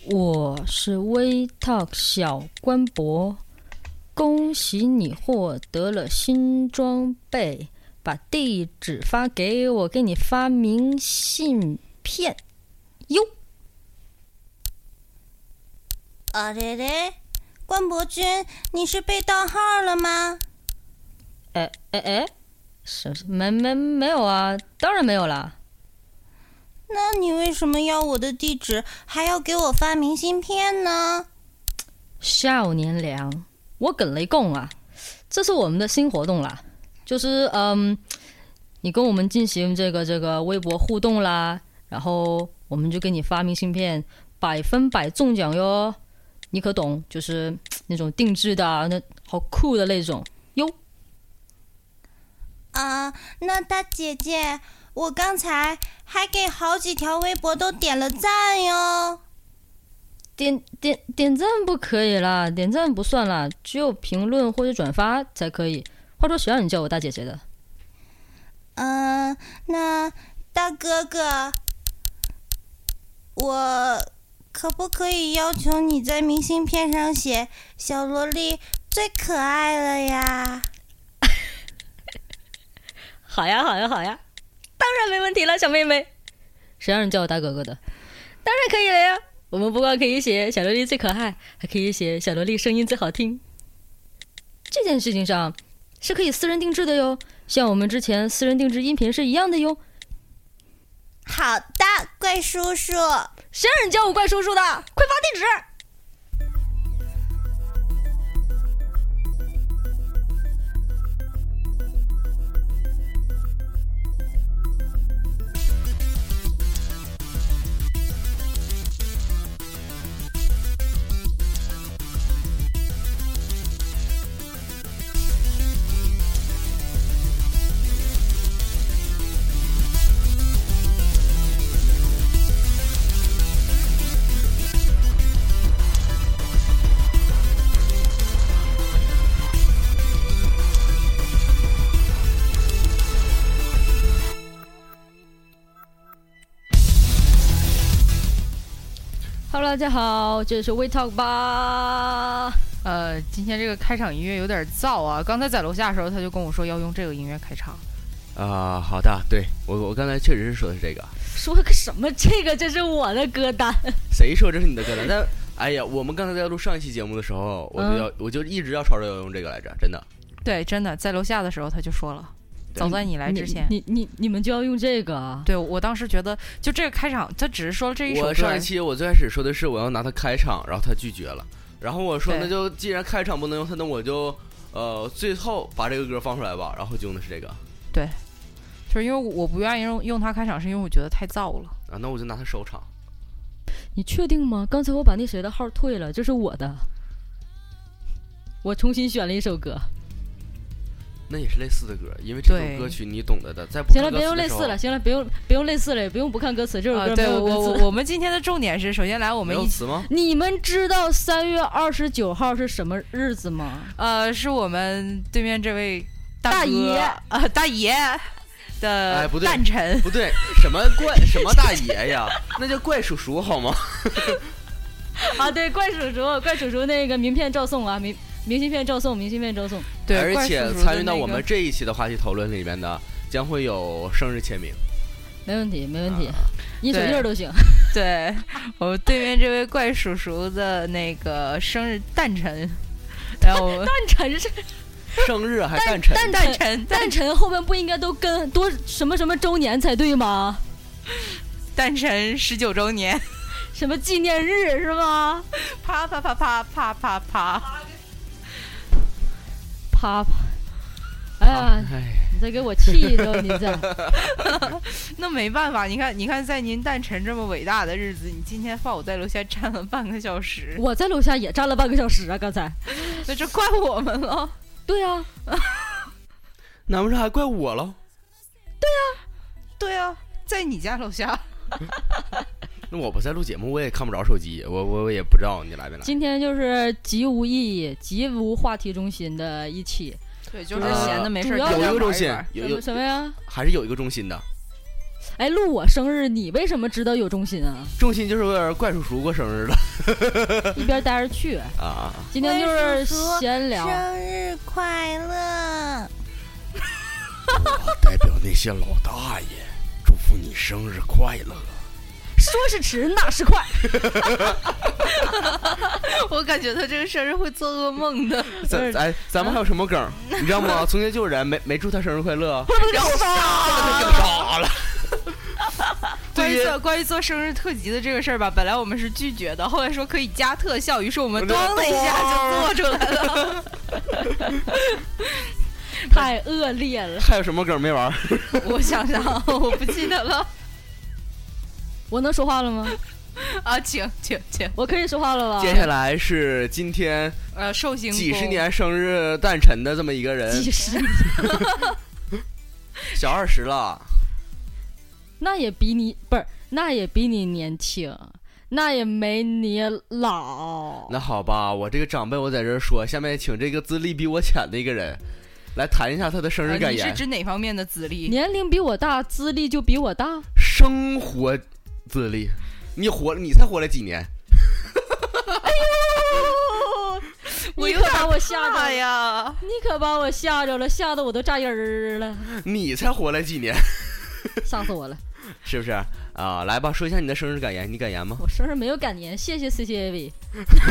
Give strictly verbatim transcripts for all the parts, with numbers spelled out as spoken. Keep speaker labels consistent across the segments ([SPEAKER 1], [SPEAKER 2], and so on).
[SPEAKER 1] 我是微 talk 小官博，恭喜你获得了新装备，把地址发给我，给你发明信片哟。
[SPEAKER 2] 啊嘞嘞，关伯君，你是被盗号了吗？
[SPEAKER 1] 哎哎哎，是没没没有啊，当然没有啦。
[SPEAKER 2] 那你为什么要我的地址，还要给我发明信片呢？
[SPEAKER 1] 少年良，我跟雷公啊，这是我们的新活动啦，就是嗯，你跟我们进行这个这个微博互动啦，然后我们就给你发明信片，百分百中奖哟。你可懂，就是那种定制的，那好酷的那种哟。
[SPEAKER 2] 啊，那大姐姐，我刚才还给好几条微博都点了赞哟。
[SPEAKER 1] 点点点赞不可以啦，点赞不算啦，只有评论或者转发才可以。话说谁让你叫我大姐姐的？
[SPEAKER 2] 嗯、呃，那大哥哥，我可不可以要求你在明信片上写小萝莉最可爱了呀？
[SPEAKER 1] 好呀好呀好呀，当然没问题了，小妹妹。谁让你叫我大哥哥的？当然可以了呀。我们不光可以写小萝莉最可爱，还可以写小萝莉声音最好听。这件事情上是可以私人定制的哟，像我们之前私人定制音频是一样的哟。
[SPEAKER 2] 好的，怪叔叔。
[SPEAKER 1] 谁让你叫我怪叔叔的？快发地址！Hello， 大家好，这是 We Talk 吧。
[SPEAKER 3] 呃，今天这个开场音乐有点燥啊！刚才在楼下的时候，他就跟我说要用这个音乐开场。
[SPEAKER 4] 啊、呃，好的，对我我刚才确实是说的是这个。
[SPEAKER 1] 说个什么？这个这是我的歌单。
[SPEAKER 4] 谁说这是你的歌单？但哎呀，我们刚才在录上一期节目的时候，我就要、嗯、我就一直要吵着要用这个来着，真的。
[SPEAKER 3] 对，真的在楼下的时候他就说了。早在你来之前，
[SPEAKER 1] 你你 你, 你们就要用这个啊？
[SPEAKER 3] 对，我当时觉得就这个开场，他只是说了这一首歌。
[SPEAKER 4] 我上一期我最开始说的是我要拿它开场，然后他拒绝了，然后我说那就既然开场不能用它，那我就呃最后把这个歌放出来吧，然后就用的是这个。
[SPEAKER 3] 对，就是因为我不愿意用用它开场，是因为我觉得太燥了
[SPEAKER 4] 啊。那我就拿它收场。
[SPEAKER 1] 你确定吗？刚才我把那谁的号退了，这是我的，我重新选了一首歌。
[SPEAKER 4] 那也是类似的歌，因为这首歌曲你懂得的。在不
[SPEAKER 1] 行了，别用类似了，行了，别用别用类似了，也不用不看歌词。这首歌没有歌词。
[SPEAKER 3] 啊、对我我们今天的重点是，首先来我们
[SPEAKER 4] 没有词吗？
[SPEAKER 1] 你们知道三月二十九号是什么日子吗？
[SPEAKER 3] 呃，是我们对面这位大
[SPEAKER 1] 大爷
[SPEAKER 3] 啊、呃、大爷的诞辰。
[SPEAKER 4] 哎、不, 对不对，什么怪什么大爷呀？那叫怪叔叔好吗？
[SPEAKER 1] 啊，对，怪叔叔，怪叔叔那个名片照送啊，名。明信片照送，明信片照送。
[SPEAKER 3] 对，
[SPEAKER 4] 而且参与到我们这一期的话题讨论里面的，将会有生日签名。
[SPEAKER 1] 没问题，没问题，啊、一手印都行。
[SPEAKER 3] 对，我对面这位怪叔叔的那个生日诞辰，然后
[SPEAKER 1] 诞辰是
[SPEAKER 4] 生日还诞辰，
[SPEAKER 3] 诞辰，
[SPEAKER 1] 诞辰后面不应该都跟多什么什么周年才对吗？
[SPEAKER 3] 诞辰十九周年，
[SPEAKER 1] 什么纪念日是吗？
[SPEAKER 3] 啪啪啪啪啪啪啪。
[SPEAKER 1] 啪啪！哎呀，你再给我气着，你这。
[SPEAKER 3] 那没办法，你看，你看，在您诞辰这么伟大的日子，你今天放我在楼下站了半个小时。
[SPEAKER 1] 我在楼下也站了半个小时啊，刚才。
[SPEAKER 3] 那这怪我们了。
[SPEAKER 1] 对啊。
[SPEAKER 4] 难不成还怪我了？
[SPEAKER 3] 对啊，对啊，在你家楼下。
[SPEAKER 4] 那我不在录节目，我也看不着手机，我我我也不知道你来没来。
[SPEAKER 1] 今天就是极无意义、极无话题中心的一期。
[SPEAKER 3] 对，就是闲的没事、
[SPEAKER 4] 呃、有一个中心，有有
[SPEAKER 1] 什么呀？
[SPEAKER 4] 还是有一个中心的。
[SPEAKER 1] 哎，录我生日，你为什么知道有重心啊？
[SPEAKER 4] 重心就是为了怪叔叔过生日了，
[SPEAKER 1] 一边待着去
[SPEAKER 4] 啊！
[SPEAKER 1] 今天就是闲聊，
[SPEAKER 2] 生日快乐！
[SPEAKER 4] 我代表那些老大爷，祝福你生日快乐。
[SPEAKER 1] 说是迟，那是快。
[SPEAKER 3] 我感觉他这个生日会做噩梦的。
[SPEAKER 4] 咱哎，咱们还有什么梗？你知道吗？从前就有人没没祝他生日快乐，
[SPEAKER 1] 然后
[SPEAKER 4] 杀了，给他杀了。
[SPEAKER 3] 关于做关于做生日特辑的这个事儿吧，本来我们是拒绝的，后来说可以加特效，于是我们咣的一下就做出来了。
[SPEAKER 1] 太恶劣了。
[SPEAKER 4] 还有什么梗没玩？
[SPEAKER 3] 我想想，我不记得了。
[SPEAKER 1] 我能说话了吗？
[SPEAKER 3] 啊，请请请，
[SPEAKER 1] 我可以说话了吧？
[SPEAKER 4] 接下来是今天
[SPEAKER 3] 呃寿星
[SPEAKER 4] 几十年生日诞辰的这么一个人，
[SPEAKER 1] 几十年，
[SPEAKER 4] 小二十了。
[SPEAKER 1] 那也比你不是，那也比你年轻，那也没你老。
[SPEAKER 4] 那好吧，我这个长辈我在这儿说，下面请这个资历比我浅的一个人来谈一下他的生日感言。
[SPEAKER 3] 呃、你是指哪方面的资历？
[SPEAKER 1] 年龄比我大，资历就比我大。
[SPEAKER 4] 生活资历，你活你才活了几年？
[SPEAKER 1] 哎呦，你可把我吓着
[SPEAKER 3] 呀！
[SPEAKER 1] 你可把我吓着了，吓得我都炸音儿了。
[SPEAKER 4] 你才活了几年？
[SPEAKER 1] 吓死我了！
[SPEAKER 4] 是不是啊？来吧，说一下你的生日感言，你感言吗？
[SPEAKER 1] 我生日没有感言，谢谢 C C A V。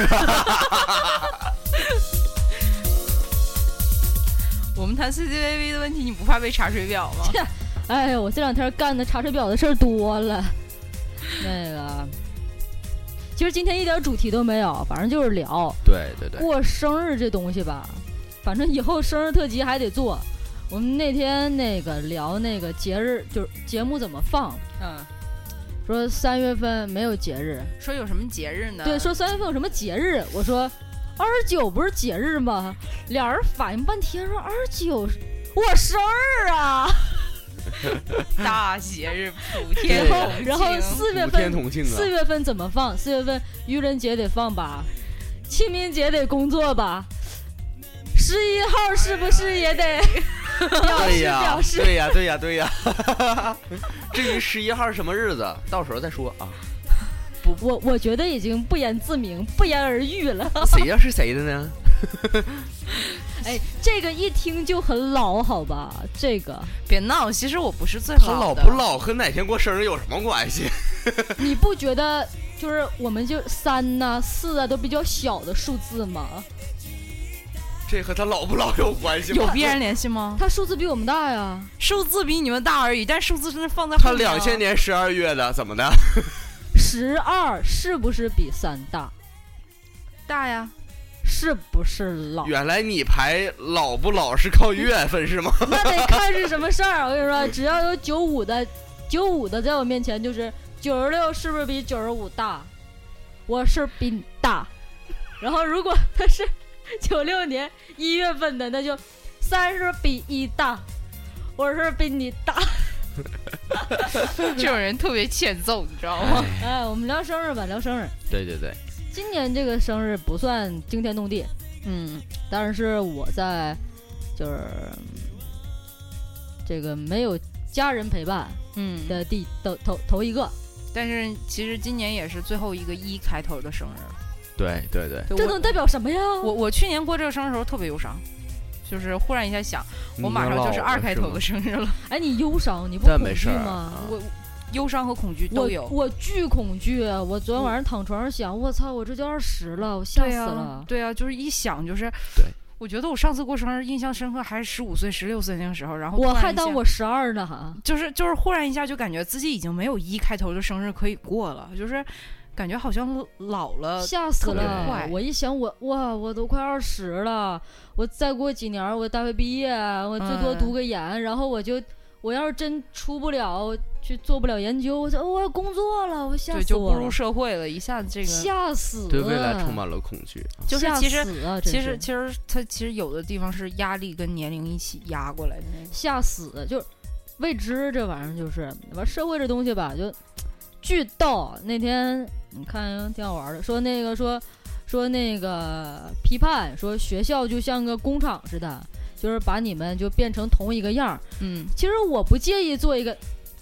[SPEAKER 3] 我们谈 C C A V 的问题，你不怕被查水表吗？
[SPEAKER 1] 哎呀，我这两天干的查水表的事儿多了。那个，其实今天一点主题都没有，反正就是聊。
[SPEAKER 4] 对对对。
[SPEAKER 1] 过生日这东西吧，反正以后生日特辑还得做。我们那天那个聊那个节日，就是节目怎么放。
[SPEAKER 3] 嗯。
[SPEAKER 1] 说三月份没有节日，
[SPEAKER 3] 说有什么节日呢？
[SPEAKER 1] 对，说三月份有什么节日？我说二十九不是节日吗？俩人反应半天说二十九我生日啊。
[SPEAKER 3] 大节日普天同庆，
[SPEAKER 1] 然后四月份四、
[SPEAKER 4] 啊、
[SPEAKER 1] 月份怎么放？四月份愚人节得放吧，清明节得工作吧，十一号是不是也得表示表示？
[SPEAKER 4] 对呀对呀对呀对呀。至于十一号是什么日子，到时候再说啊。
[SPEAKER 1] 不，我我觉得已经不言自明，不言而喻了。
[SPEAKER 4] 谁要是谁的呢？
[SPEAKER 1] 哎，这个一听就很老，好吧？这个
[SPEAKER 3] 别闹，其实我不是最好的。
[SPEAKER 4] 他老不老和哪天过生日有什么关系？
[SPEAKER 1] 你不觉得就是我们就三呐、啊、四啊都比较小的数字吗？
[SPEAKER 4] 这和他老不老有关系吗？
[SPEAKER 3] 有必然联系吗？
[SPEAKER 1] 他数字比我们大呀，
[SPEAKER 3] 数字比你们大而已，但数字是放在后面、啊。
[SPEAKER 4] 他两千年十二月的，怎么的？
[SPEAKER 1] 十二是不是比三大？
[SPEAKER 3] 大呀。
[SPEAKER 1] 是不是老？
[SPEAKER 4] 原来你排老不老是靠月份是吗？
[SPEAKER 1] 那得看是什么事儿。我跟你说，只要有九五的，九五的在我面前就是九十六，是不是比九十五大？我是比你大。然后如果他是九六年一月份的，那就三十比一大，我是比你大。
[SPEAKER 3] 这种人特别欠揍，你知道吗？
[SPEAKER 1] 哎，我们聊生日吧，聊生日。
[SPEAKER 4] 对对对。
[SPEAKER 1] 今年这个生日不算惊天动地，嗯，但是我在就是这个没有家人陪伴，嗯的第头头头一个，
[SPEAKER 3] 但是其实今年也是最后一个一开头的生日。
[SPEAKER 4] 对对对，
[SPEAKER 1] 这能代表什么呀？
[SPEAKER 3] 我我去年过这个生日的时候特别忧伤，就是忽然一下想，我马上就是二开头的生日了。
[SPEAKER 1] 哎，你忧伤，你不恐惧吗？
[SPEAKER 4] 啊、
[SPEAKER 3] 我。忧伤和恐惧都有，
[SPEAKER 1] 我我巨恐惧。我昨天晚上躺床上想，我操，我这就二十了，我吓死了。
[SPEAKER 3] 对啊，对啊，就是一想就是，
[SPEAKER 4] 对，
[SPEAKER 3] 我觉得我上次过生日印象深刻还是十五岁、十六岁那个时候，然后
[SPEAKER 1] 我还当我十二呢，哈，
[SPEAKER 3] 就是就是忽然一下就感觉自己已经没有一开头的生日可以过了，就是感觉好像老了，
[SPEAKER 1] 吓死了。我一想我哇，我都快二十了，我再过几年我大学毕业，我最多读个研，嗯、然后我就。我要是真出不了，去做不了研究，我我要工作了，我吓死我了，
[SPEAKER 3] 对，就步入社会了，一下子这个
[SPEAKER 1] 吓死了，
[SPEAKER 4] 对未来充满了恐惧。
[SPEAKER 3] 就是其实
[SPEAKER 1] 啊、
[SPEAKER 3] 其实其实它其实有的地方是压力跟年龄一起压过来的那种，
[SPEAKER 1] 吓死，就是未知这玩意儿，就是完社会这东西吧，就巨逗。那天你看挺好玩的，说那个说说那个批判，说学校就像个工厂似的。就是把你们就变成同一个样儿，
[SPEAKER 3] 嗯，
[SPEAKER 1] 其实我不介意做一个，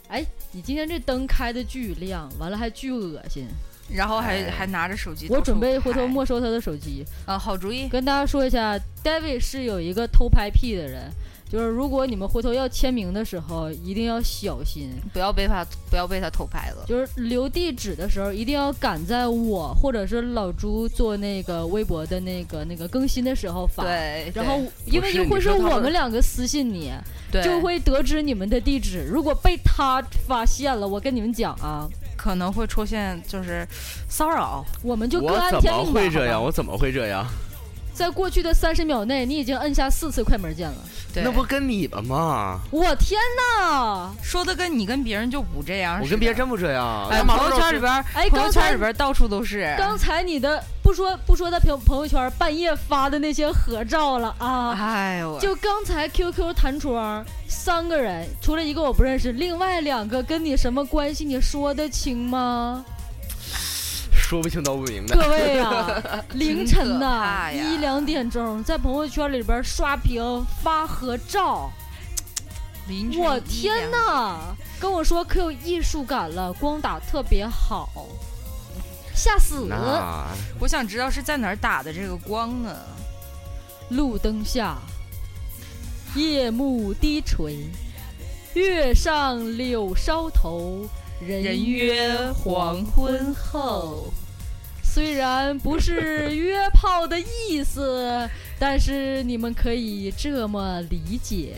[SPEAKER 1] 哎，你今天这灯开的巨亮，完了还巨恶心，
[SPEAKER 3] 然后还、
[SPEAKER 4] 哎、
[SPEAKER 3] 还拿着手机，
[SPEAKER 1] 我准备回头没收他的手机。
[SPEAKER 3] 啊，好主意。
[SPEAKER 1] 跟大家说一下 ，David 是有一个偷拍癖的人。就是如果你们回头要签名的时候，一定要小心，
[SPEAKER 3] 不要被他不要被他偷拍了。
[SPEAKER 1] 就是留地址的时候，一定要赶在我或者是老朱做那个微博的那个那个更新的时候发。
[SPEAKER 3] 对，
[SPEAKER 1] 然后因为会是我们两个私信你，
[SPEAKER 3] 对，
[SPEAKER 1] 就会得知你们的地址。如果被他发现了，我跟你们讲啊，
[SPEAKER 3] 可能会出现就是骚扰，
[SPEAKER 1] 我们就各
[SPEAKER 4] 案
[SPEAKER 1] 天命吧。
[SPEAKER 4] 我怎么会这样？我怎么会这样？
[SPEAKER 1] 在过去的三十秒内，你已经摁下四次快门键了。
[SPEAKER 4] 那不跟你们吗？
[SPEAKER 1] 我天哪！
[SPEAKER 3] 说的跟你跟别人就不这样。
[SPEAKER 4] 我跟别人真不这样。
[SPEAKER 3] 哎，朋友圈里边，
[SPEAKER 1] 哎，
[SPEAKER 3] 朋友圈里边到处都是。
[SPEAKER 1] 刚才你的不说不说在朋朋友圈半夜发的那些合照了啊！
[SPEAKER 3] 哎呦，
[SPEAKER 1] 就刚才 Q Q 弹窗三个人，除了一个我不认识，另外两个跟你什么关系？你说得清吗？
[SPEAKER 4] 说不清道不明的。
[SPEAKER 1] 各位啊，凌晨的一两点钟，在朋友圈里边刷屏发合照，我天哪！跟我说可有艺术感了，光打特别好，吓死！
[SPEAKER 3] 我想知道是在哪儿打的这个光呢？
[SPEAKER 1] 路灯下，夜幕低垂，月上柳梢头。人约黄昏后，虽然不是约炮的意思，但是你们可以这么理解。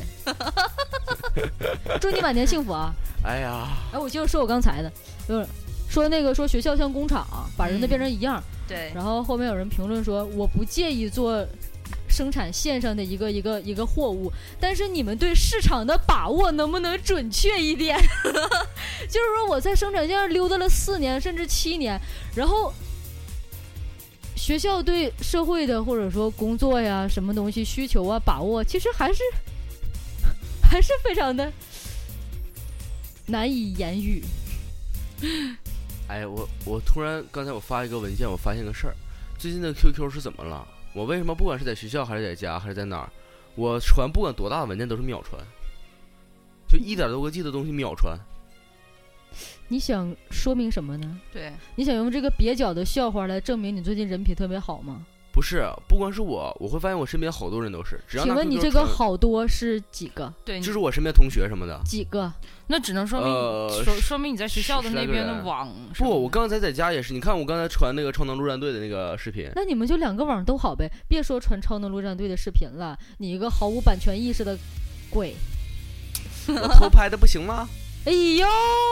[SPEAKER 1] 祝你晚年幸福啊！
[SPEAKER 4] 哎呀，
[SPEAKER 1] 哎，我就说我刚才的，就是说那个说学校像工厂，把人都变成一样。
[SPEAKER 3] 嗯、对。
[SPEAKER 1] 然后后面有人评论说，我不介意做生产线上的一个一个一个货物，但是你们对市场的把握能不能准确一点？就是说我在生产线上溜达了四年甚至七年，然后学校对社会的或者说工作呀什么东西需求啊把握，其实还是还是非常的难以言语。
[SPEAKER 4] 哎，我我突然刚才我发一个文件，我发现个事儿，最近的 Q Q 是怎么了？我为什么不管是在学校还是在家还是在哪儿，我传不管多大的文件都是秒传，就一点多个 G 的东西秒传。
[SPEAKER 1] 你想说明什么呢？
[SPEAKER 3] 对，
[SPEAKER 1] 你想用这个蹩脚的笑话来证明你最近人品特别好吗？
[SPEAKER 4] 不是，不光是我，我会发现我身边好多人都是。只要
[SPEAKER 1] 请问你这个好多是几个？
[SPEAKER 3] 对，
[SPEAKER 4] 就是我身边同学什么的。
[SPEAKER 1] 几个？
[SPEAKER 3] 那只能说明、
[SPEAKER 4] 呃、
[SPEAKER 3] 说说明你在学校的那边的网。
[SPEAKER 4] 不，我刚才在家也是。你看我刚才传那个超能陆战队的那个视频。
[SPEAKER 1] 那你们就两个网都好呗，别说传超能陆战队的视频了，你一个毫无版权意识的鬼。
[SPEAKER 4] 我偷拍的不行吗？
[SPEAKER 1] 哎呦！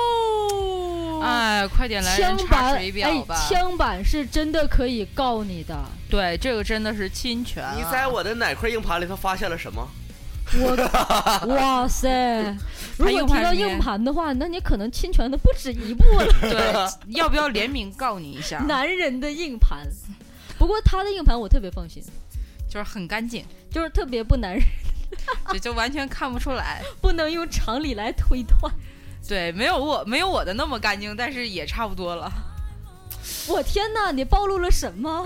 [SPEAKER 3] 哎，快点来人查水表吧！
[SPEAKER 1] 哎，枪版是真的可以告你的。
[SPEAKER 3] 对，这个真的是侵权、啊。
[SPEAKER 4] 你在我的哪块硬盘里头发现了什么？
[SPEAKER 1] 我哇塞！如果提到硬盘的话，那你可能侵权的不止一步了。
[SPEAKER 3] 对，要不要联名告你一下？
[SPEAKER 1] 男人的硬盘，不过他的硬盘我特别放心，
[SPEAKER 3] 就是很干净，
[SPEAKER 1] 就是特别不男人，
[SPEAKER 3] 就就完全看不出来，
[SPEAKER 1] 不能用常理来推断。
[SPEAKER 3] 对，没有我没有我的那么干净，但是也差不多了。
[SPEAKER 1] 我天哪，你暴露了什么？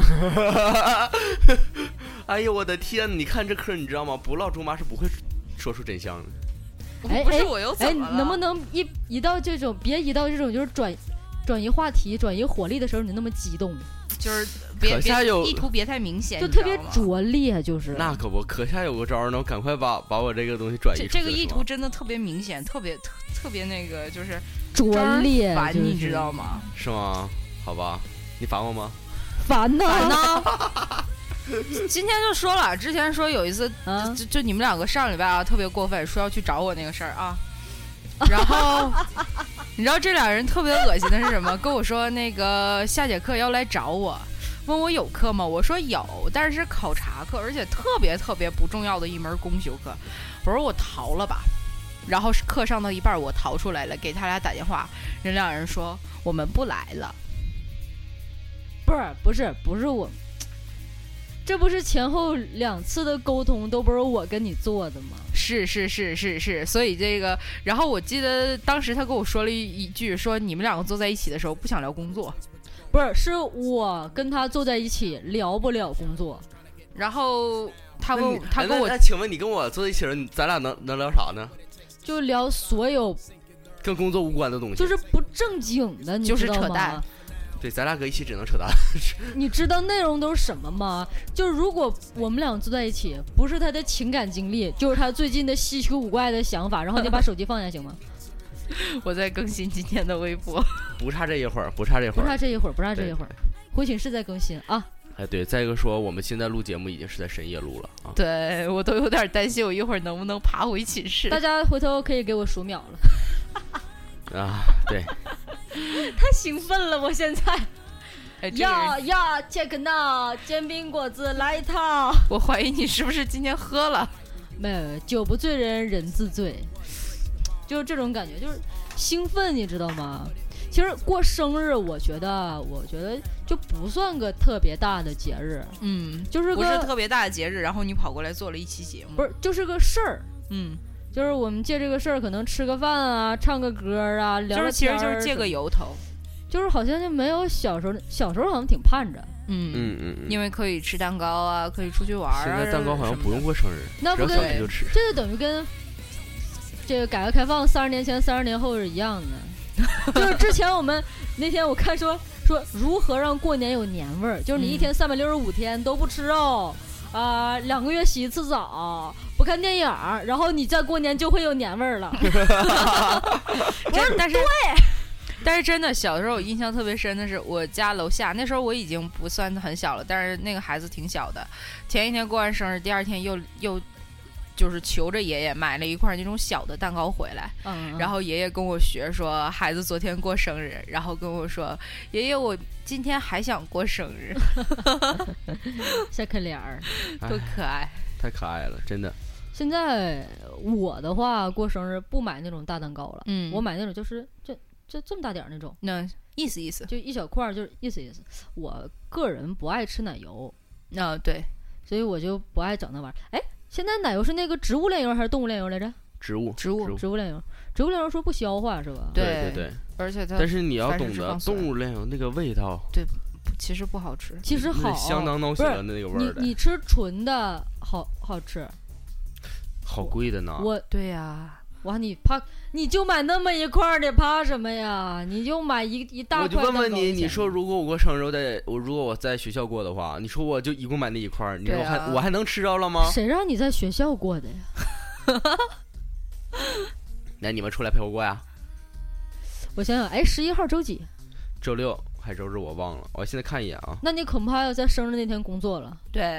[SPEAKER 4] 哎呦我的天，你看这嗑你知道吗？不唠猪妈是不会说出真相的。
[SPEAKER 1] 哎，
[SPEAKER 3] 不是我又怎么了？
[SPEAKER 1] 哎，能不能一一到这种别一到这种就是转转移话题转移火力的时候你那么激动？
[SPEAKER 3] 就是别
[SPEAKER 4] 可下有
[SPEAKER 3] 意图别太明显，
[SPEAKER 1] 就特别拙劣，就是
[SPEAKER 4] 那可不，可下有个招呢，赶快把把我这个东西转移出去。
[SPEAKER 3] 这个意图真的特别明显，特别特特别那个就是
[SPEAKER 1] 拙劣，
[SPEAKER 3] 烦、
[SPEAKER 1] 就是、
[SPEAKER 3] 你知道吗？
[SPEAKER 4] 是吗？好吧，你烦我吗？
[SPEAKER 1] 烦呢，
[SPEAKER 3] 烦呢。今天就说了，之前说有一次，
[SPEAKER 1] 啊、
[SPEAKER 3] 就就你们两个上礼拜啊特别过分，说要去找我那个事儿啊。然后你知道这俩人特别恶心的是什么？跟我说那个下节课要来找我，问我有课吗？我说有，但是是考察课，而且特别特别不重要的一门公修课。我说我逃了吧。然后课上到一半我逃出来了，给他俩打电话，人两人说我们不来了。
[SPEAKER 1] 不是不是不是我，这不是前后两次的沟通都不是我跟你做的吗？
[SPEAKER 3] 是是是是是，所以这个，然后我记得当时他跟我说了一一句，说你们两个坐在一起的时候不想聊工作，
[SPEAKER 1] 不是，是我跟他坐在一起聊不了工作，
[SPEAKER 3] 然后他跟他跟我，
[SPEAKER 4] 那请问你跟我坐在一起，咱俩能能聊啥呢？
[SPEAKER 1] 就聊所有
[SPEAKER 4] 跟工作无关的东西，
[SPEAKER 1] 就是不正经的，你
[SPEAKER 3] 就是
[SPEAKER 1] 知道吗？
[SPEAKER 3] 扯淡。
[SPEAKER 4] 对，咱俩搁一起只能扯淡。
[SPEAKER 1] 你知道内容都是什么吗？就是如果我们俩坐在一起，不是他的情感经历，就是他最近的稀奇古怪的想法，然后你把手机放下行吗？
[SPEAKER 3] 我在更新今天的微博，
[SPEAKER 4] 不差这一会儿，不差这会
[SPEAKER 1] 不
[SPEAKER 4] 儿，
[SPEAKER 1] 差这一会儿，不差这一会儿，回寝室再更新啊！
[SPEAKER 4] 哎，对，再一个说，我们现在录节目已经是在深夜录了啊。
[SPEAKER 3] 对我都有点担心，我一会儿能不能爬回寝室。
[SPEAKER 1] 大家回头可以给我数秒了。
[SPEAKER 4] 啊，对，
[SPEAKER 1] 太兴奋了，我现在。
[SPEAKER 3] 哎，这个
[SPEAKER 1] 呀
[SPEAKER 3] 人
[SPEAKER 1] 呀 ，check now，煎饼果子来一套。
[SPEAKER 3] 我怀疑你是不是今天喝了？
[SPEAKER 1] 没有，酒不醉人人自醉，就是这种感觉，就是兴奋，你知道吗？其实过生日，我觉得，我觉得就不算个特别大的节日，
[SPEAKER 3] 嗯，
[SPEAKER 1] 就是个
[SPEAKER 3] 不是特别大的节日，然后你跑过来做了一期节目，
[SPEAKER 1] 不是，就是个事儿。
[SPEAKER 3] 嗯，
[SPEAKER 1] 就是我们借这个事儿，可能吃个饭啊，唱个歌啊，聊
[SPEAKER 3] 就是其
[SPEAKER 1] 个天
[SPEAKER 3] 实就是借个由头，
[SPEAKER 1] 就是好像就没有小时候，小时候好像挺盼着。
[SPEAKER 3] 嗯
[SPEAKER 4] 嗯嗯嗯，
[SPEAKER 3] 因为可以吃蛋糕啊，可以出去玩啊。
[SPEAKER 4] 现在蛋糕好像不用过生日，
[SPEAKER 1] 那不
[SPEAKER 4] 只要
[SPEAKER 1] 跟
[SPEAKER 4] 想吃就吃。
[SPEAKER 1] 这就等于跟这个改革开放三十年前、三十年后是一样的。就是之前我们那天我看说说如何让过年有年味儿，就是你一天三百六十五天都不吃肉啊、呃，两个月洗一次澡，不看电影，然后你在过年就会有年味儿了。
[SPEAKER 3] 真但是对。但是真的，小的时候我印象特别深的是，我家楼下那时候我已经不算很小了，但是那个孩子挺小的。前一天过完生日，第二天又又就是求着爷爷买了一块那种小的蛋糕回来，
[SPEAKER 1] 嗯，
[SPEAKER 3] 然后爷爷跟我学说，孩子昨天过生日，然后跟我说，爷爷我今天还想过生日，
[SPEAKER 1] 小可怜儿，
[SPEAKER 3] 多可爱，
[SPEAKER 4] 太可爱了，真的。
[SPEAKER 1] 现在我的话过生日不买那种大蛋糕了，
[SPEAKER 3] 嗯，
[SPEAKER 1] 我买那种就是就。就这么大点儿那种，
[SPEAKER 3] 那意思意思，
[SPEAKER 1] 就一小块儿，就是意思意思。我个人不爱吃奶油，
[SPEAKER 3] 啊、哦、对，
[SPEAKER 1] 所以我就不爱整那玩意儿。哎，现在奶油是那个植物炼油还是动物炼油来着？
[SPEAKER 4] 植物，
[SPEAKER 3] 植物，
[SPEAKER 1] 植物炼油，植物炼油说不消化是吧？
[SPEAKER 3] 对
[SPEAKER 4] 对对，
[SPEAKER 3] 而且它，
[SPEAKER 4] 但是你要懂得动物炼油那个味道，
[SPEAKER 3] 对，其实不好吃，
[SPEAKER 1] 其实好，
[SPEAKER 4] 相当闹心的那个味儿的。
[SPEAKER 1] 你你吃纯的好好吃，
[SPEAKER 4] 好贵的呢。
[SPEAKER 1] 我
[SPEAKER 3] 对呀、啊。
[SPEAKER 1] 哇，你怕你就买那么一块的，怕什么呀？你就买一一大块。
[SPEAKER 4] 我就问问你，你说如果我过生日，我在我如果我在学校过的话，你说我就一共买那一块，你说还、啊、我还能吃着了吗？
[SPEAKER 1] 谁让你在学校过的呀？
[SPEAKER 4] 那你们出来陪我过呀？
[SPEAKER 1] 我想想，哎，十一号周几？
[SPEAKER 4] 周六还周日我忘了，我现在看一眼啊。
[SPEAKER 1] 那你恐怕要在生日那天工作了。
[SPEAKER 3] 对，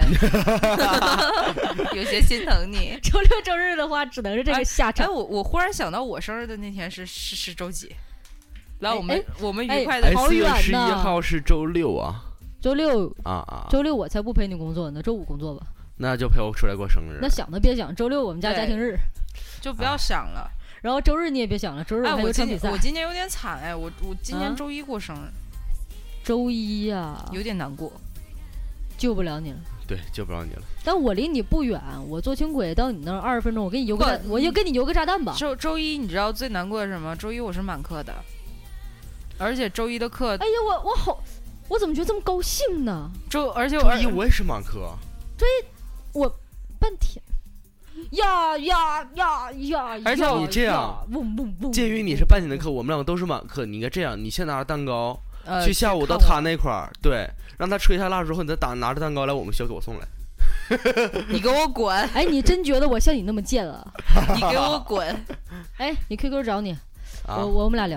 [SPEAKER 3] 有些心疼你。
[SPEAKER 1] 周六周日的话，只能是这个下场。
[SPEAKER 3] 哎，我我忽然想到，我生日的那天是是是周几？来，我们、
[SPEAKER 1] 哎、
[SPEAKER 3] 我们愉快的。
[SPEAKER 4] 哎，
[SPEAKER 1] 好远呢。
[SPEAKER 4] 十一号是周六啊。
[SPEAKER 1] 周六
[SPEAKER 4] 啊啊！
[SPEAKER 1] 周六我才不陪你工作呢，周五工作吧。
[SPEAKER 4] 那就陪我出来过生日。
[SPEAKER 1] 那想都别想，周六我们家家庭日，
[SPEAKER 3] 就不要想了。
[SPEAKER 1] 然后周日你也别想了，周日我还有场比赛。
[SPEAKER 3] 哎、我, 我今年有点惨哎，我我今年周一过生日。
[SPEAKER 1] 啊周一呀、啊，
[SPEAKER 3] 有点难过，
[SPEAKER 1] 救不了你了。
[SPEAKER 4] 对，救不了你了。
[SPEAKER 1] 但我离你不远，我坐轻轨到你那儿二十分钟，我给你邮个炸，我就给你邮个炸弹吧。
[SPEAKER 3] 周周一你知道最难过的是什么？周一我是满课的，而且周一的课，
[SPEAKER 1] 哎呀，我我好，我怎么觉得这么高兴呢？
[SPEAKER 3] 周而且
[SPEAKER 4] 周一我也是满课，
[SPEAKER 1] 周一我半天。呀呀呀呀！
[SPEAKER 3] 而且
[SPEAKER 4] 你这样，鉴于你是半天的课，我们两个都是满课，你应该这样：你先拿着蛋糕。
[SPEAKER 3] 呃、
[SPEAKER 4] 去下午到他那块儿，对，让他吹下蜡之后，你再打拿着蛋糕来我们学校给我送来。
[SPEAKER 3] 你给我滚！
[SPEAKER 1] 哎，你真觉得我像你那么贱啊？
[SPEAKER 3] 你给我滚！
[SPEAKER 1] 哎，你 Q Q 找你，
[SPEAKER 4] 啊、
[SPEAKER 1] 我我们俩聊。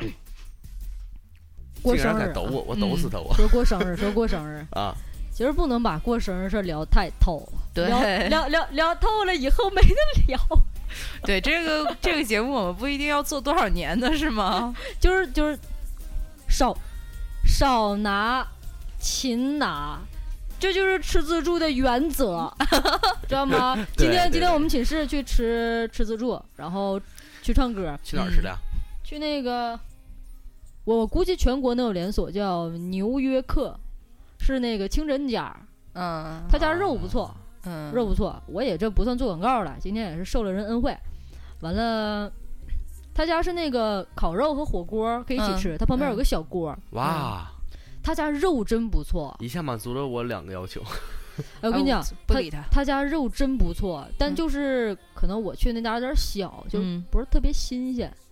[SPEAKER 1] 过生日、啊，
[SPEAKER 4] 抖我，我抖死他！我、
[SPEAKER 1] 嗯、说过生日，说过生日
[SPEAKER 4] 啊，
[SPEAKER 1] 其实不能把过生日事聊太透，
[SPEAKER 3] 对，
[SPEAKER 1] 聊聊聊聊透了以后没得聊。
[SPEAKER 3] 对，这个这个节目我们不一定要做多少年的是吗？
[SPEAKER 1] 就是就是少。少拿，勤拿，这就是吃自助的原则，知道吗？今天今天我们寝室去吃吃自助，然后去唱歌。
[SPEAKER 4] 去哪儿吃的、嗯？
[SPEAKER 1] 去那个，我估计全国能有连锁，叫牛约克，是那个清真家。
[SPEAKER 3] 嗯，
[SPEAKER 1] 他家肉不错，
[SPEAKER 3] 嗯，
[SPEAKER 1] 肉不错。我也这不算做广告了，今天也是受了人恩惠。完了。他家是那个烤肉和火锅可以一起吃，他、嗯、旁边有个小锅。
[SPEAKER 4] 哇、
[SPEAKER 1] 嗯，他家肉真不错，
[SPEAKER 4] 一下满足了我两个要求。
[SPEAKER 1] 哎，我跟你讲，
[SPEAKER 3] 不理他，
[SPEAKER 1] 他家肉真不错，但就是可能我去那家有点小，就不是特别新鲜。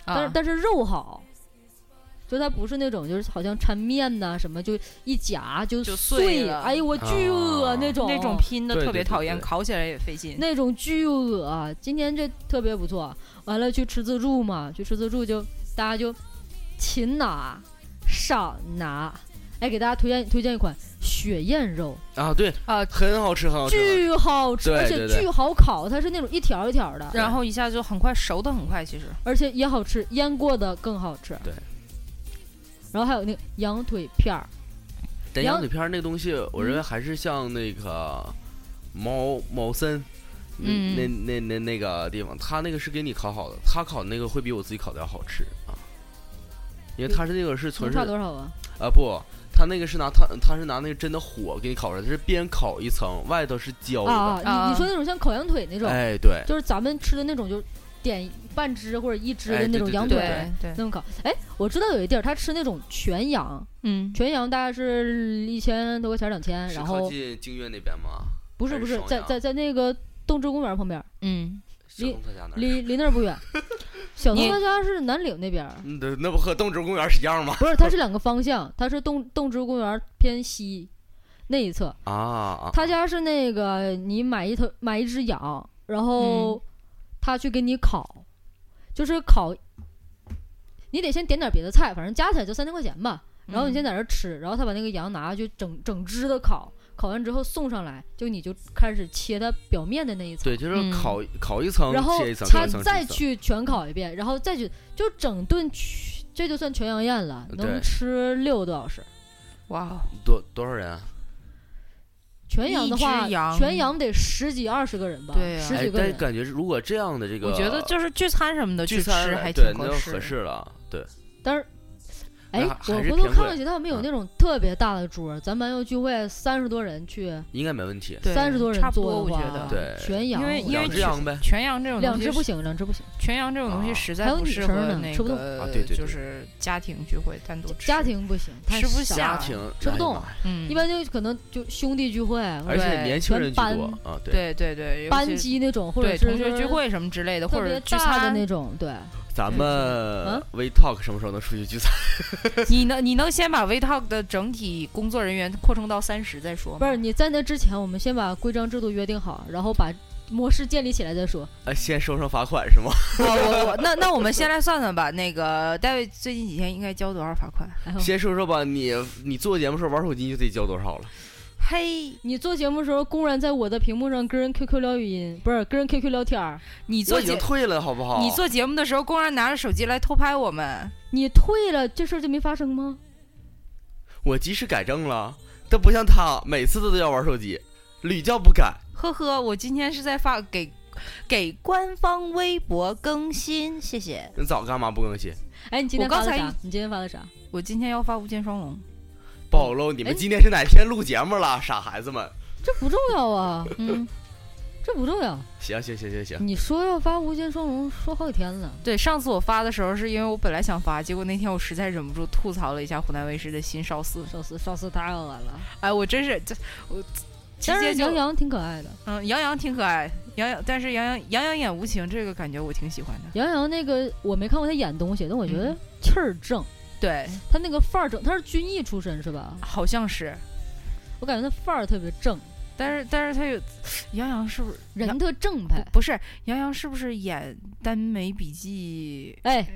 [SPEAKER 1] 但是但是肉好。就它不是那种，就是好像掺面呐、啊、什么，就一夹就
[SPEAKER 3] 就
[SPEAKER 1] 碎
[SPEAKER 3] 了。
[SPEAKER 1] 哎呦，我巨恶、
[SPEAKER 4] 啊、
[SPEAKER 1] 那种，
[SPEAKER 3] 那种拼的特别讨厌，
[SPEAKER 4] 对对对对
[SPEAKER 3] 烤起来也费劲。
[SPEAKER 1] 那种巨恶。今天这特别不错，完了去吃自助嘛，去吃自助就大家就勤拿少拿。哎，给大家推荐推荐一款雪燕肉
[SPEAKER 4] 啊，对
[SPEAKER 3] 啊，
[SPEAKER 4] 很好吃，很好吃，
[SPEAKER 1] 巨好吃，
[SPEAKER 4] 对
[SPEAKER 1] 而且
[SPEAKER 4] 对对
[SPEAKER 1] 巨好烤，它是那种一条一条的，
[SPEAKER 3] 然后一下就很快熟的很快，其实
[SPEAKER 1] 而且也好吃，腌过的更好吃。
[SPEAKER 4] 对。
[SPEAKER 1] 然后还有那个羊腿片儿，
[SPEAKER 4] 但羊腿片儿那个东西，我认为还是像那个毛毛森，
[SPEAKER 3] 嗯，
[SPEAKER 4] 那那那那个地方，他那个是给你烤好的，他烤的那个会比我自己烤的要好吃啊，因为他是那个是纯是
[SPEAKER 1] 差多少啊？
[SPEAKER 4] 啊不，他那个是拿他他是拿那个真的火给你烤出来，他是边烤一层，外头是焦的。
[SPEAKER 1] 啊，你你说那种像烤羊腿那种，
[SPEAKER 4] 哎对，
[SPEAKER 1] 就是咱们吃的那种，就点半只或者一只的那种羊
[SPEAKER 3] 腿，
[SPEAKER 1] 哎、对对对对那种烤。哎，我知道有一地儿他吃那种全羊，
[SPEAKER 3] 嗯，
[SPEAKER 1] 全羊大概是一千多块钱两千，然后
[SPEAKER 4] 靠近京悦那边吗？
[SPEAKER 1] 不是不是，在在在那个动植公园旁边，
[SPEAKER 3] 嗯，
[SPEAKER 1] 离离离那儿不远。小东他家是南岭那边，
[SPEAKER 4] 嗯，对，那不和动植公园是一样吗？
[SPEAKER 1] 不是，它是两个方向，它是动动植公园偏西那一侧
[SPEAKER 4] 啊。
[SPEAKER 1] 他家是那个你买一头买一只羊，然后他去给你烤。就是烤，你得先点点别的菜，反正加起来就三千块钱吧。然后你先在这吃，然后他把那个羊拿去整整只的烤，烤完之后送上来，就你就开始切它表面的那一层。
[SPEAKER 4] 对，就是烤、嗯、烤一层，
[SPEAKER 1] 然后
[SPEAKER 4] 切一层，
[SPEAKER 1] 他再去全烤一遍，然后再去就整顿，这就算全羊宴了，能吃六个多小时。
[SPEAKER 3] 哇，
[SPEAKER 4] 多多少人啊？
[SPEAKER 1] 全羊的话，
[SPEAKER 3] 羊
[SPEAKER 1] 全羊得十几二十个人吧？
[SPEAKER 3] 对、
[SPEAKER 1] 啊，十几个人。
[SPEAKER 4] 但感觉如果这样的这个，
[SPEAKER 3] 我觉得就是聚餐什么的去吃还
[SPEAKER 4] 挺
[SPEAKER 3] 合适，
[SPEAKER 4] 合适了。对，
[SPEAKER 1] 但是，哎，我回头看看去，他有没有那种特别大的桌？咱们班友聚会三十多人去，
[SPEAKER 4] 应该没问题。
[SPEAKER 1] 三十多人坐的话，
[SPEAKER 3] 我觉得
[SPEAKER 4] 对，
[SPEAKER 1] 全羊，
[SPEAKER 3] 因为因为
[SPEAKER 4] 两只羊呗，
[SPEAKER 3] 全羊这种
[SPEAKER 1] 两只不行，两只不行。
[SPEAKER 3] 全羊这种东西实在不适合那个，就是家庭聚会单独吃。
[SPEAKER 1] 家庭不行，
[SPEAKER 3] 吃不下，
[SPEAKER 4] 家庭
[SPEAKER 1] 吃不动。
[SPEAKER 3] 嗯，
[SPEAKER 1] 一般就可能就兄弟聚会，
[SPEAKER 4] 而且年轻人居多啊，
[SPEAKER 3] 对对对，
[SPEAKER 1] 班级那种或者
[SPEAKER 3] 是同学聚会什么之类的，或者聚餐
[SPEAKER 1] 的那种，对。
[SPEAKER 4] 咱们 WeTalk 什么时候能出去聚餐？
[SPEAKER 3] 你能你能先把 WeTalk 的整体工作人员扩充到三十再说吗？
[SPEAKER 1] 不是，你在那之前，我们先把规章制度约定好，然后把模式建立起来再说。
[SPEAKER 4] 呃，先收上罚款是吗？
[SPEAKER 3] 啊，我我那那我们先来算算吧。那个戴维最近几天应该交多少罚款？
[SPEAKER 4] 先说说吧，你你做节目时候玩手机你就得交多少了？
[SPEAKER 1] 嘿，你做节目的时候公然在我的屏幕上跟人 Q Q 聊语音，不是跟人 Q Q 聊天。
[SPEAKER 3] 你做
[SPEAKER 4] 我已经退了，好不好？
[SPEAKER 3] 你做节目的时候公然拿着手机来偷拍我们，
[SPEAKER 1] 你退了，这事儿就没发生吗？
[SPEAKER 4] 我及时改正了，但不像他每次都要玩手机，屡教不改。
[SPEAKER 3] 呵呵，我今天是在发给给官方微博更新，谢谢。
[SPEAKER 4] 你早干嘛不更新？
[SPEAKER 1] 哎，你今天发的啥？你今天发的啥？
[SPEAKER 3] 我今天要发无间双龙。
[SPEAKER 4] 暴露你们今天是哪天录节目了，傻孩子们！
[SPEAKER 1] 这不重要啊，嗯，这不重要。
[SPEAKER 4] 行行行行行，
[SPEAKER 1] 你说要发无间双龙，说好几天了。
[SPEAKER 3] 对，上次我发的时候是因为我本来想发，结果那天我实在忍不住吐槽了一下湖南卫视的新少四，
[SPEAKER 1] 少四少四太恶了。
[SPEAKER 3] 哎，我真是这我。
[SPEAKER 1] 但是杨洋挺可爱的，
[SPEAKER 3] 嗯，杨洋挺可爱，杨洋，但是杨洋杨洋演无情这个感觉我挺喜欢的。
[SPEAKER 1] 杨洋那个我没看过他演东西，但我觉得气儿正。
[SPEAKER 3] 对
[SPEAKER 1] 他那个范儿正，他是军艺出身是吧？
[SPEAKER 3] 好像是，
[SPEAKER 1] 我感觉他范儿特别正，
[SPEAKER 3] 但是但是他有杨洋是不是
[SPEAKER 1] 人特正派？
[SPEAKER 3] 不是杨洋是不是演《耽美笔记》？
[SPEAKER 1] 哎，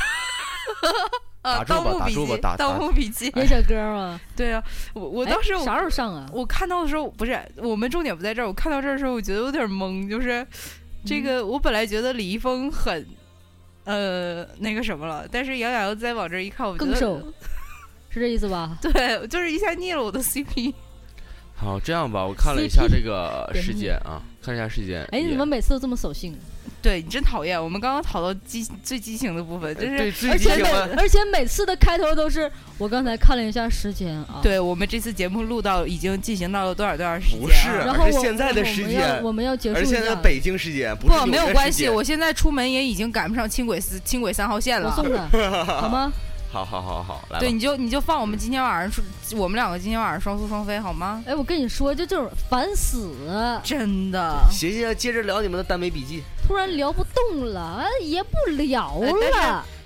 [SPEAKER 3] 啊，盗墓笔记，盗墓笔记
[SPEAKER 1] 那首歌吗？
[SPEAKER 3] 对啊，我我当时
[SPEAKER 1] 啥时候上啊？
[SPEAKER 3] 我看到的时候不是，我们重点不在这儿。我看到这儿的时候，我觉得有点懵，就是这个我本来觉得李易峰很。呃，那个什么了，但是杨洋再往这一看，我觉得
[SPEAKER 1] 更瘦，是这意思吧？
[SPEAKER 3] 对，就是一下腻了我的 C P。
[SPEAKER 4] 好，这样吧，我看了一下这个事件啊，看一下事件。
[SPEAKER 1] 哎，你怎么每次都这么扫兴？
[SPEAKER 3] 对你真讨厌。我们刚刚讨到激最激情的部分，就是
[SPEAKER 1] 而且每而且每次的开头都是我刚才看了一下时间啊。
[SPEAKER 3] 对，我们这次节目录到已经进行到了多少多少时间？
[SPEAKER 4] 不是，
[SPEAKER 1] 然后
[SPEAKER 4] 是现在的时间，
[SPEAKER 1] 我们要结束。
[SPEAKER 4] 而现在北京时间不
[SPEAKER 3] 不没有关系，我现在出门也已经赶不上轻轨四轻轨三号线了。
[SPEAKER 1] 我送的好吗？
[SPEAKER 4] 好好好好，来。
[SPEAKER 3] 对，你就你就放我们今天晚上，我们两个今天晚上双宿双飞好吗？
[SPEAKER 1] 哎，我跟你说，就这种烦死，
[SPEAKER 3] 真的。
[SPEAKER 4] 行行，接着聊你们的耽美笔记。
[SPEAKER 1] 突然聊不动了，也不聊了。
[SPEAKER 3] 哎、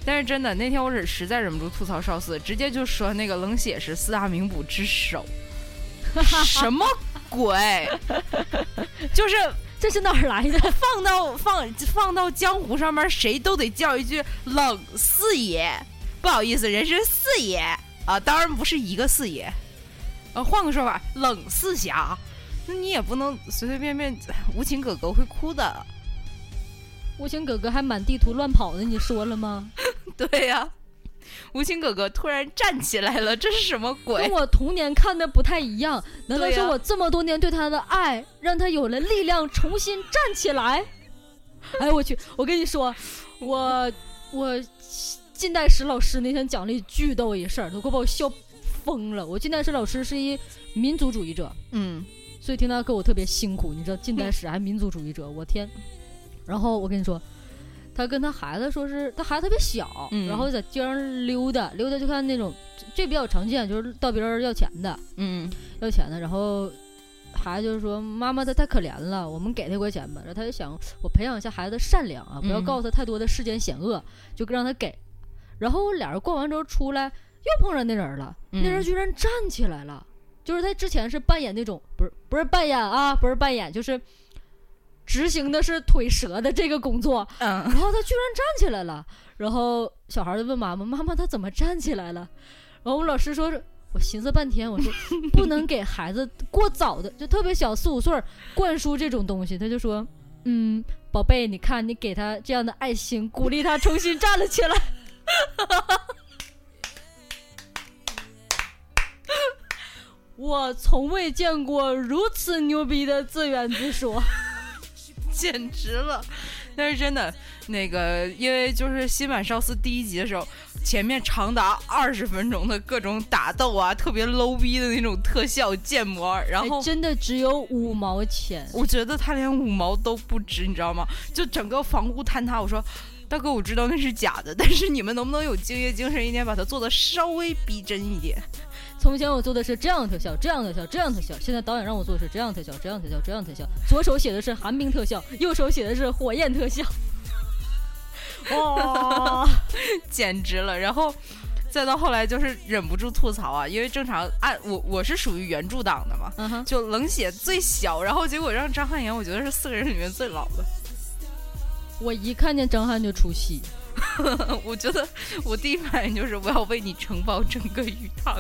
[SPEAKER 3] 但是真的那天我是实在忍不住吐槽少四，直接就说那个冷血是四大名捕之首，什么鬼？就是
[SPEAKER 1] 这是哪儿来的？
[SPEAKER 3] 放到放放到江湖上面，谁都得叫一句冷四爷。不好意思，人是四爷啊，当然不是一个四爷。呃，换个说法，冷四侠。那你也不能随随便便，无情哥哥会哭的。
[SPEAKER 1] 无情哥哥还满地图乱跑呢，你说了吗？
[SPEAKER 3] 对呀、啊，无情哥哥突然站起来了，这是什么鬼？
[SPEAKER 1] 跟我童年看的不太一样。难道是我这么多年对他的爱，啊、让他有了力量，重新站起来？哎，我去！我跟你说，我我近代史老师那天讲了一巨逗一事儿，都快把我笑疯了。我近代史老师是一民族主义者，
[SPEAKER 3] 嗯。
[SPEAKER 1] 所以听他跟我特别辛苦，你知道近代史还民族主义者，我天！然后我跟你说，他跟他孩子说是他孩子特别小，嗯、然后在街上溜达溜达，就看那种这比较常见，就是到别人要钱的，
[SPEAKER 3] 嗯，
[SPEAKER 1] 要钱的。然后孩子就是说妈妈他太可怜了，我们给他一块钱吧。然后他就想我培养一下孩子的善良啊，不要告诉他太多的世间险恶，嗯、就让他给。然后俩人逛完之后出来，又碰上那人了，嗯、那人居然站起来了。就是他之前是扮演那种不是不是扮演啊，不是扮演，就是执行的是腿折的这个工作，嗯，然后他居然站起来了，然后小孩就问妈妈：“妈妈，他怎么站起来了？”然后我老师说：“我寻思半天，我说不能给孩子过早的，就特别小四五岁灌输这种东西。”他就说：“嗯，宝贝，你看你给他这样的爱心，鼓励他重新站了起来。”我从未见过如此牛逼的自圆自说，
[SPEAKER 3] 简直了！但是真的，那个因为就是新版少四第一集的时候，前面长达二十分钟的各种打斗啊，特别 low 逼的那种特效建模，然后、
[SPEAKER 1] 哎、真的只有五毛钱，
[SPEAKER 3] 我觉得他连五毛都不值，你知道吗？就整个房屋坍塌，我说大哥，我知道那是假的，但是你们能不能有敬业精神一点，把它做得稍微逼真一点？
[SPEAKER 1] 从前我做的是这样特效，这样特效，这样特效。现在导演让我做的是这样特效，这样特效，这样特效。左手写的是寒冰特效，右手写的是火焰特效。哇，
[SPEAKER 3] 简直了！然后再到后来就是忍不住吐槽啊，因为正常按我我是属于原著党的嘛， uh-huh. 就冷血最小，然后结果让张翰演，我觉得是四个人里面最老的。
[SPEAKER 1] 我一看见张翰就出戏。
[SPEAKER 3] 我觉得我第一反应就是我要为你承包整个鱼塘。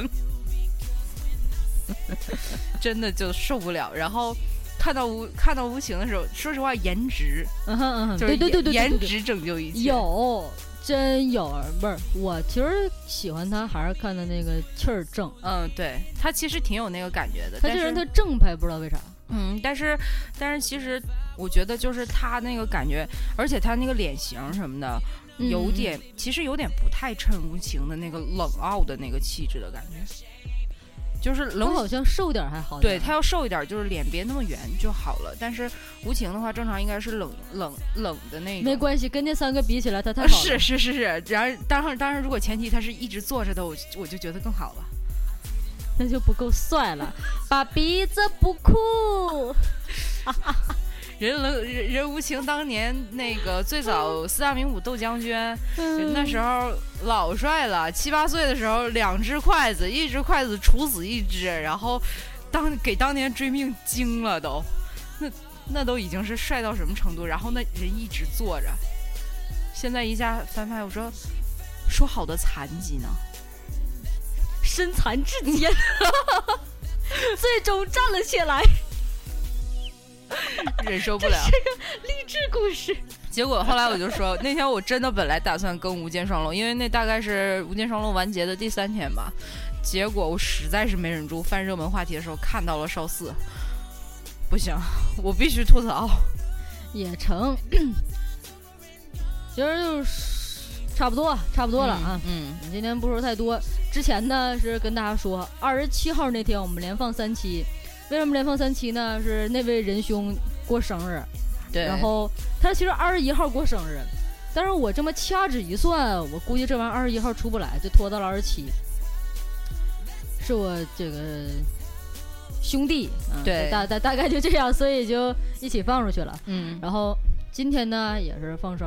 [SPEAKER 3] 真的就受不了，然后看到无看到无情的时候，说实话，颜值，
[SPEAKER 1] 嗯哼嗯哼，
[SPEAKER 3] 就是
[SPEAKER 1] 对对对对，
[SPEAKER 3] 颜值拯救一切。
[SPEAKER 1] 有，真有，不是我其实喜欢他，还是看的那个气儿正。
[SPEAKER 3] 嗯，对他其实挺有那个感觉的。
[SPEAKER 1] 他这人他正派，不知道为啥。
[SPEAKER 3] 嗯，但是但是其实我觉得就是他那个感觉，而且他那个脸型什么的，有点、嗯、其实有点不太衬无情的那个冷傲的那个气质的感觉。就是冷
[SPEAKER 1] 好像瘦点还好点，
[SPEAKER 3] 对他要瘦一点，就是脸别那么圆就好了。但是无情的话，正常应该是冷冷冷的那种。
[SPEAKER 1] 没关系，跟那三个比起来，他太好了。
[SPEAKER 3] 是是是是，然后当然当然，如果前提他是一直坐着的，我我就觉得更好了。
[SPEAKER 1] 那就不够帅了，把鼻子不酷。
[SPEAKER 3] 人冷人人无情当年那个最早四大名捕斗将军，嗯、那时候老帅了，七八岁的时候两只筷子，一只筷子处死一只，然后当给当年追命惊了都，那那都已经是帅到什么程度？然后那人一直坐着，现在一下翻拍，我说说好的残疾呢？
[SPEAKER 1] 身残志坚，最终站了起来。
[SPEAKER 3] 忍受不了，
[SPEAKER 1] 这是个励志故事。
[SPEAKER 3] 结果后来我就说，那天我真的本来打算跟无间双龙，因为那大概是无间双龙完结的第三天吧。结果我实在是没忍住，翻热门话题的时候看到了少四，不行，我必须吐槽。
[SPEAKER 1] 也成，其实就是差不多，差不多了啊。
[SPEAKER 3] 嗯，
[SPEAKER 1] 嗯今天不说太多。之前呢是跟大家说，二十七号那天我们连放三期。为什么连放三期呢？是那位仁兄过生日，
[SPEAKER 3] 对，
[SPEAKER 1] 然后他其实二十一号过生日，但是我这么掐指一算，我估计这玩意儿二十一号出不来，就拖到了二十七。是我这个兄弟，嗯、
[SPEAKER 3] 对，
[SPEAKER 1] 大大大概就这样，所以就一起放出去了。
[SPEAKER 3] 嗯，
[SPEAKER 1] 然后今天呢也是放生日，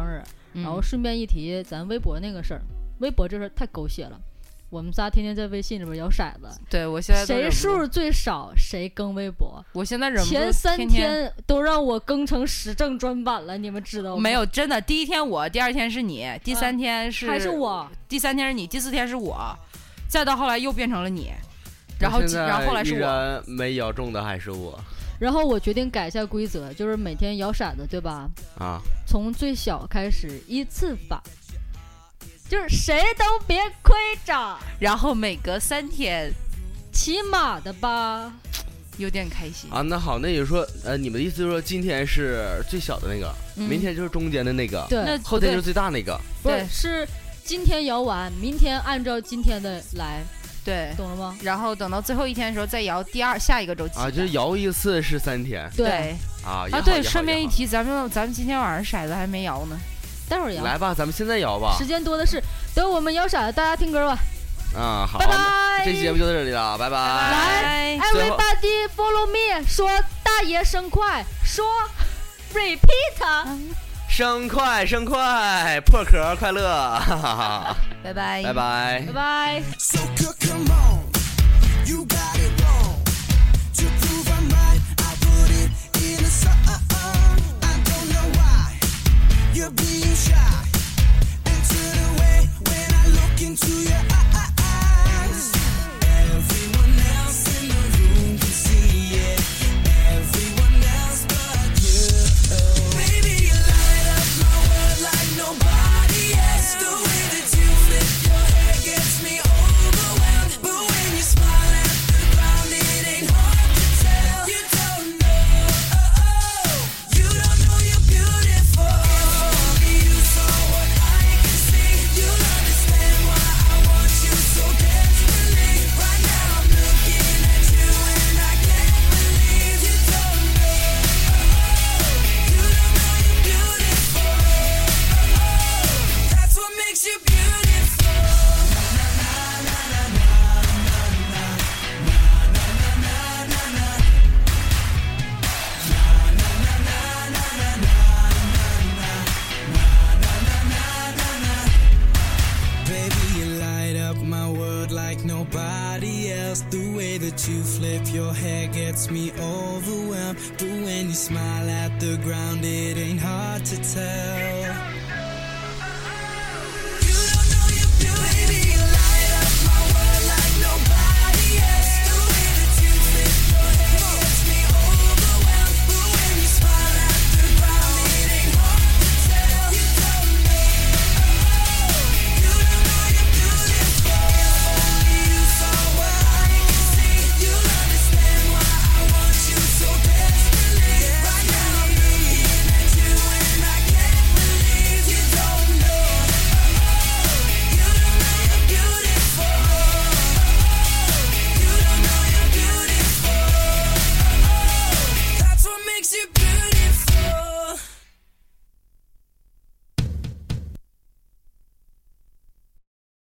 [SPEAKER 1] 然后顺便一提咱微博那个事儿，微博这事儿太狗血了。我们仨天天在微信里边摇骰子，
[SPEAKER 3] 对我现在
[SPEAKER 1] 谁数最少谁更微博。
[SPEAKER 3] 我现在忍不住
[SPEAKER 1] 前三
[SPEAKER 3] 天天
[SPEAKER 1] 天都让我更成时政专版了，你们知道吗？
[SPEAKER 3] 没有，真的，第一天我，第二天是你，第三天是、
[SPEAKER 1] 啊、还是我，
[SPEAKER 3] 第三天是你，第四天是我，再到后来又变成了你，然后然后后来是我，
[SPEAKER 4] 依然没摇中的还是我。
[SPEAKER 1] 然后我决定改一下规则，就是每天摇骰子，对吧？
[SPEAKER 4] 啊，
[SPEAKER 1] 从最小开始依次法。就是谁都别亏着，
[SPEAKER 3] 然后每隔三天，
[SPEAKER 1] 起码的吧，
[SPEAKER 3] 有点开心
[SPEAKER 4] 啊。那好，那也就是说，呃，你们的意思就是说，今天是最小的那个，嗯、明天就是中间的那个，
[SPEAKER 1] 对，
[SPEAKER 4] 后天就是最大那个，
[SPEAKER 1] 不是，是今天摇完，明天按照今天的来，
[SPEAKER 3] 对，
[SPEAKER 1] 懂了吗？
[SPEAKER 3] 然后等到最后一天的时候再摇第二下一个周期
[SPEAKER 4] 啊，就是摇一次是三天，
[SPEAKER 1] 对
[SPEAKER 4] 啊
[SPEAKER 3] 啊，对，顺便一提，咱们咱们今天晚上骰子还没摇呢。
[SPEAKER 1] 待会儿摇
[SPEAKER 4] 来吧，咱们现在摇吧，
[SPEAKER 1] 时间多的是。等我们摇骰子，大家听歌吧。
[SPEAKER 4] 啊，好，
[SPEAKER 1] 拜拜。
[SPEAKER 4] 这期节目就到这里了，拜拜。
[SPEAKER 1] 来 ，Everybody follow me， 说大爷生快，说 repeat，
[SPEAKER 4] 生快生快，破壳快乐，哈哈哈。
[SPEAKER 3] 拜拜，
[SPEAKER 4] 拜拜，
[SPEAKER 1] 拜拜。
[SPEAKER 5] So come on, you got it wrong. To prove I'm right, I put it in a song. I don't know why you're being shy. Into your eyes, everyone else in the room can see it. Everyone else but you. Baby, you light up my world like nobody else. The way that you flip your hair gets me overwhelmed. But when you smile at the ground, it ain't hard to tell. You don't know, you don't know you're beautiful. If only you saw what I can see, you'll understand. So desperately, right now I'm looking at you and I can't believe you don't know, you don't know you're beautiful, that's what makes you beautiful. Na na na na na na na na na na na na. Na na na na na na na na na na na. Baby, you light up my world like nobody else. The way that you flip your hair gets me overwhelmed. But when you smile at the ground, it ain't hard to tell. You don't know you're beautiful. Baby, you light up my world like nobody else. The way that you flip your hair gets me overwhelmed. But when you smile at the ground, it ain't hard to tell. You don't know, you don't know you're beautiful. Only you saw what I can see, you'll understand why I want you so desperately. Right now I'm looking at you and I can't believe you don't know, you don't know you're beautiful, you don't know you're beautiful, that's what makes you beautiful.